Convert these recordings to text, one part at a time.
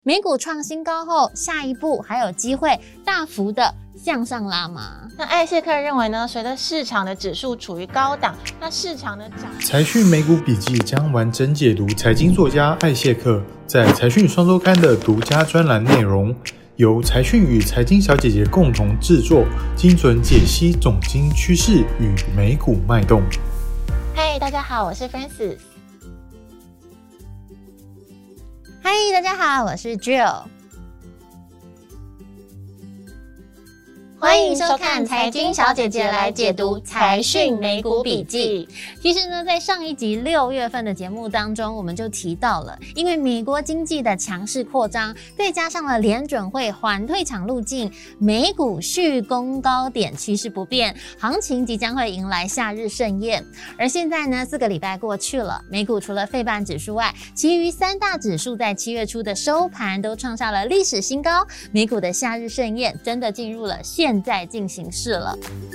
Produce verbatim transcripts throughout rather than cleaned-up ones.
美股创新高后，下一步还有机会大幅的向上拉吗？ 那艾谢克认为呢，随着市场的指数处于高档，那市场的涨。 财讯美股笔记将完整解读财经作家艾谢克在财讯双周刊的独家专栏内容，由财讯与财经小姐姐共同制作，精准解析总经趋势与美股脉动。 嗨，大家好，我是 Francis。 嗨，大家好，我是 Jill。欢迎收看财经小姐姐来解读财讯美股笔记。其实呢，在上一集六月份的节目当中，我们就提到了，因为美国经济的强势扩张，再加上了联准会缓退场路径，美股续攻高点趋势不变，行情即将会迎来夏日盛宴。而现在呢，四个礼拜过去了，美股除了费半指数外，其余三大指数在七月初的收盘都创下了历史新高，美股的夏日盛宴真的进入了现现在进行式了。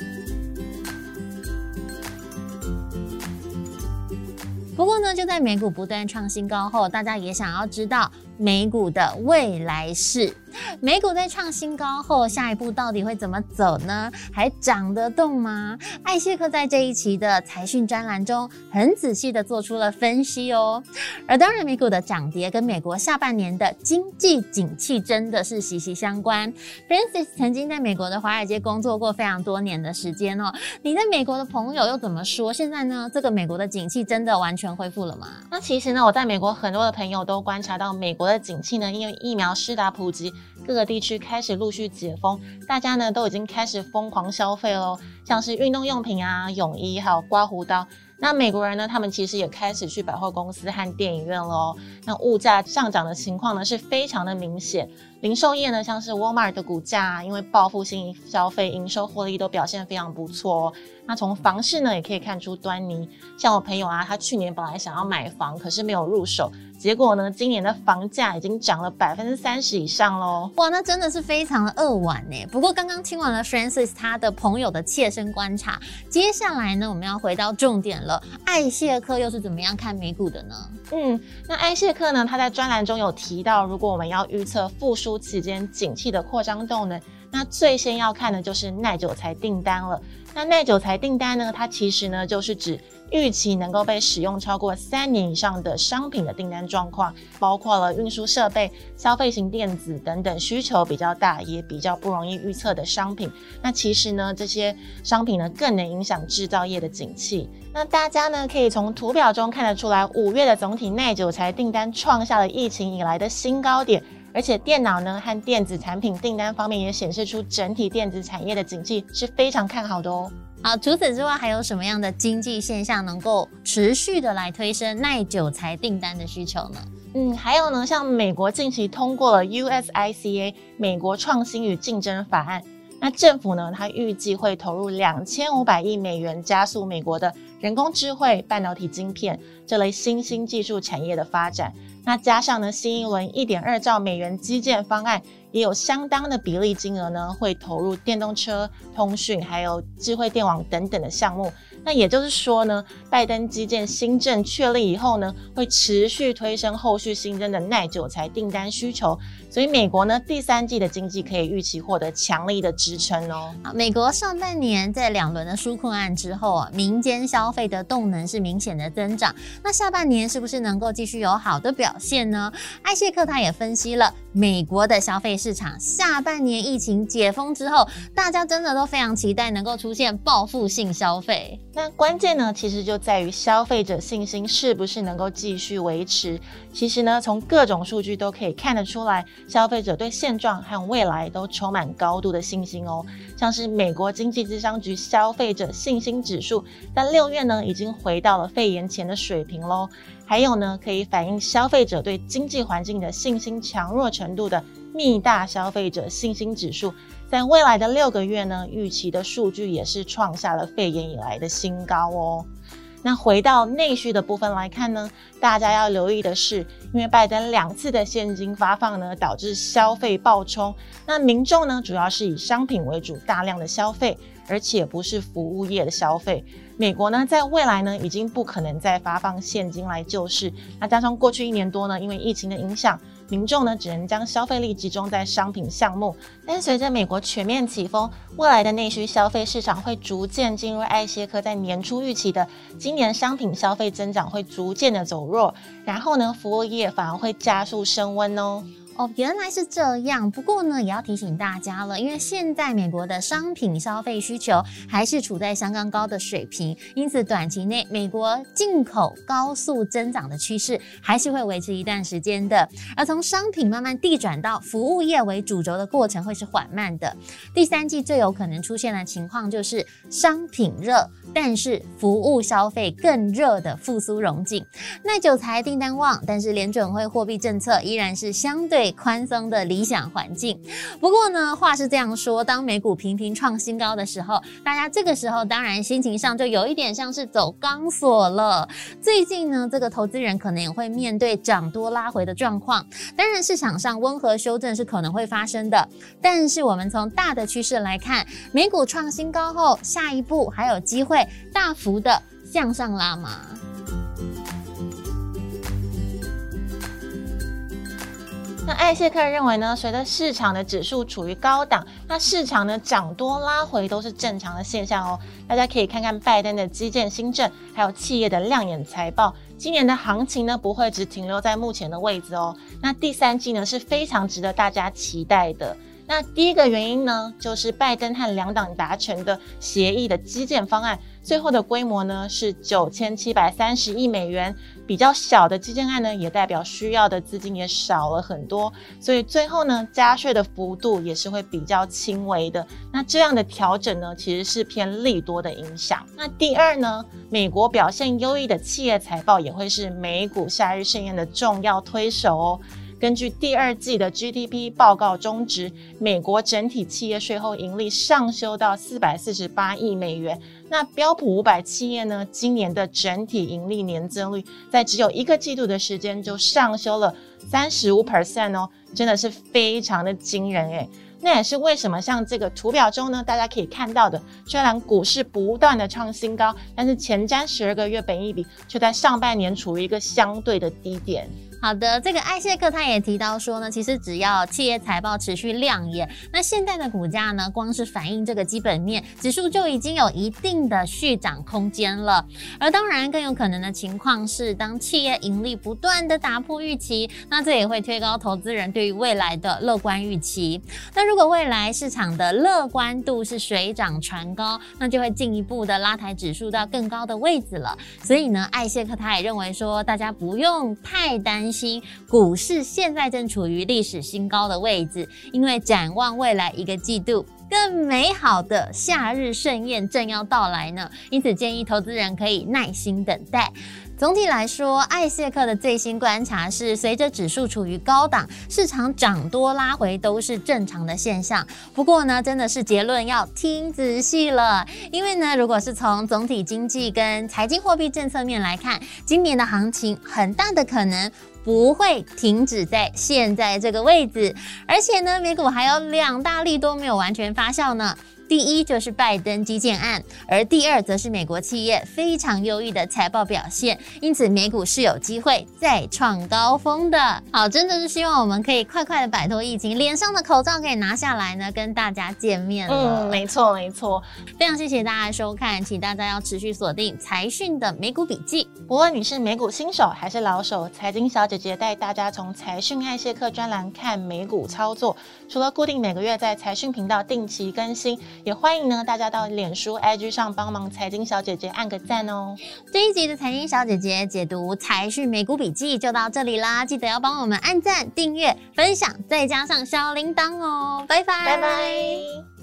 不过呢，就在美股不断创新高后，大家也想要知道美股的未来式。美股在创新高后，下一步到底会怎么走呢？还涨得动吗？艾谢克在这一期的财讯专栏中很仔细的做出了分析哦。而当然，美股的涨跌跟美国下半年的经济景气真的是息息相关。Francis 曾经在美国的华尔街工作过非常多年的时间哦。你在美国的朋友又怎么说？现在呢，这个美国的景气真的完全恢复了吗？ 那其实呢，我在美国很多的朋友都观察到，美国的景气呢，因为疫苗施打普及，各个地区开始陆续解封，大家呢都已经开始疯狂消费咯，像是运动用品啊、泳衣还有刮胡刀。那美国人呢，他们其实也开始去百货公司和电影院咯。那物价上涨的情况呢是非常的明显，零售业呢像是 Walmart 的股价啊，因为报复性消费，营收获利都表现非常不错哦。那从房市呢也可以看出端倪，像我朋友啊，他去年本来想要买房，可是没有入手，结果呢今年的房价已经涨了 百分之三十 以上咯。 哇，那真的是非常的扼腕耶。不过刚刚听完了 Francis 他的朋友的切身观察，接下来呢我们要回到重点了，艾谢克又是怎么样看美股的呢？ 嗯，那艾谢克呢，他在专栏中有提到，如果我们要预测复苏期间景气的扩张动能，那最先要看的就是耐久材订单了。那耐久材订单呢，它其实呢就是指预期能够被使用超过三年以上的商品的订单状况，包括了运输设备、消费型电子等等需求比较大也比较不容易预测的商品。那其实呢，这些商品呢更能影响制造业的景气。那大家呢可以从图表中看得出来，五月的总体耐久材订单创下了疫情以来的新高点。而且电脑呢和电子产品订单方面也显示出整体电子产业的景气是非常看好的哦。 好，除此之外还有什么样的经济现象能够持续的来推升耐久材订单的需求呢？ 嗯，还有呢，像美国近期通过了 U S I C A 美国创新与竞争法案，那政府呢它预计会投入两千五百亿美元，加速美国的人工智慧、半导体晶片这类新兴技术产业的发展。那加上呢，新一轮 一点二兆美元基建方案，也有相当的比例金额呢，会投入电动车、通讯还有智慧电网等等的项目。那也就是说呢，拜登基建新政确立以后呢，会持续推升后续新增的耐久材订单需求。所以美国呢，第三季的经济可以预期获得强力的支撑哦。 好，美国上半年在两轮的纾困案之后啊，民间消费的动能是明显的增长。那下半年是不是能够继续有好的表现呢？艾谢克他也分析了美国的消费市场，下半年疫情解封之后，大家真的都非常期待能够出现报复性消费。 那关键呢，其实就在于消费者信心是不是能够继续维持。其实呢，从各种数据都可以看得出来，消费者对现状和未来都充满高度的信心哦。像是美国经济咨商局消费者信心指数，在六月呢已经回到了肺炎前的水平咯。还有呢，可以反映消费者对经济环境的信心强弱程度的密大消费者信心指数，在未来的六个月呢，预期的数据也是创下了肺炎以来的新高哦。那回到内需的部分来看呢，大家要留意的是，因为拜登两次的现金发放呢，导致消费暴冲，那民众呢主要是以商品为主大量的消费，而且不是服务业的消费。 美国呢在未来呢已经不可能再发放现金来救市，那加上过去一年多呢因为疫情的影响，民众呢只能将消费力集中在商品项目，但随着美国全面起风，未来的内需消费市场会逐渐进入艾谢克在年初预期的今年商品消费增长会逐渐的走弱，然后呢服务业反而会加速升温哦。 哦，原来是这样。不过呢，也要提醒大家了，因为现在美国的商品消费需求还是处在相当高的水平，因此短期内美国进口高速增长的趋势还是会维持一段时间的。而从商品慢慢递转到服务业为主轴的过程会是缓慢的。第三季最有可能出现的情况就是商品热，但是服务消费更热的复苏荣景。耐久材订单旺，但是联准会货币政策依然是相对宽松的理想环境。不过呢，话是这样说，当美股频频创新高的时候，大家这个时候当然心情上就有一点像是走钢索了。最近呢，这个投资人可能也会面对涨多拉回的状况。当然，市场上温和修正是可能会发生的，但是我们从大的趋势来看，美股创新高后，下一步还有机会大幅的向上拉吗？ 那艾谢克认为呢，随着市场的指数处于高档，那市场呢涨多拉回都是正常的现象哦。大家可以看看拜登的基建新政，还有企业的亮眼财报。今年的行情呢不会只停留在目前的位置哦。那第三季呢是非常值得大家期待的。那第一个原因呢，就是拜登和两党达成的协议的基建方案，最后的规模呢是九千七百三十亿美元，比较小的基建案呢，也代表需要的资金也少了很多，所以最后呢，加税的幅度也是会比较轻微的。那这样的调整呢，其实是偏利多的影响。那第二呢，美国表现优异的企业财报也会是美股夏日盛宴的重要推手哦。根据第二季的 G D P 报告中值，美国整体企业税后盈利上修到四百四十八亿美元。那标普五百企业呢，今年的整体盈利年增率在只有一个季度的时间就上修了 百分之三十五 哦，真的是非常的惊人耶。那也是为什么像这个图表中呢，大家可以看到的，虽然股市不断的创新高，但是前瞻十二个月本益比却在上半年处于一个相对的低点。 好的，这个艾谢克他也提到说呢，其实只要企业财报持续亮眼，那现在的股价呢，光是反映这个基本面，指数就已经有一定的续涨空间了。而当然更有可能的情况是，当企业盈利不断的打破预期，那这也会推高投资人对于未来的乐观预期。那如果未来市场的乐观度是水涨船高，那就会进一步的拉抬指数到更高的位置了。所以呢，艾谢克他也认为说，大家不用太担心股市现在正处于历史新高的位置，因为展望未来一个季度，更美好的夏日盛宴正要到来呢，因此建议投资人可以耐心等待。总体来说，艾谢克的最新观察是，随着指数处于高档，市场涨多拉回都是正常的现象。不过呢，真的是结论要听仔细了，因为呢，如果是从总体经济跟财经货币政策面来看，今年的行情很大的可能不会停止在现在这个位置，而且呢，美股还有两大利多没有完全发酵呢。第一就是拜登基建案，而第二则是美国企业非常优异的财报表现，因此美股是有机会再创高峰的。好，真的是希望我们可以快快的摆脱疫情，脸上的口罩可以拿下来呢，跟大家见面了。 嗯，没错没错。 非常谢谢大家的收看，请大家要持续锁定财讯的美股笔记。 无论你是美股新手还是老手，财经小姐姐带大家从财讯艾谢克专栏看美股操作。除了固定每个月在财讯频道定期更新，也欢迎呢大家到脸书 I G 上帮忙财经小姐姐按个赞哦。 这一集的财经小姐姐解读财讯美股笔记就到这里啦，记得要帮我们按赞、订阅、分享，再加上小铃铛哦。拜拜， 拜拜。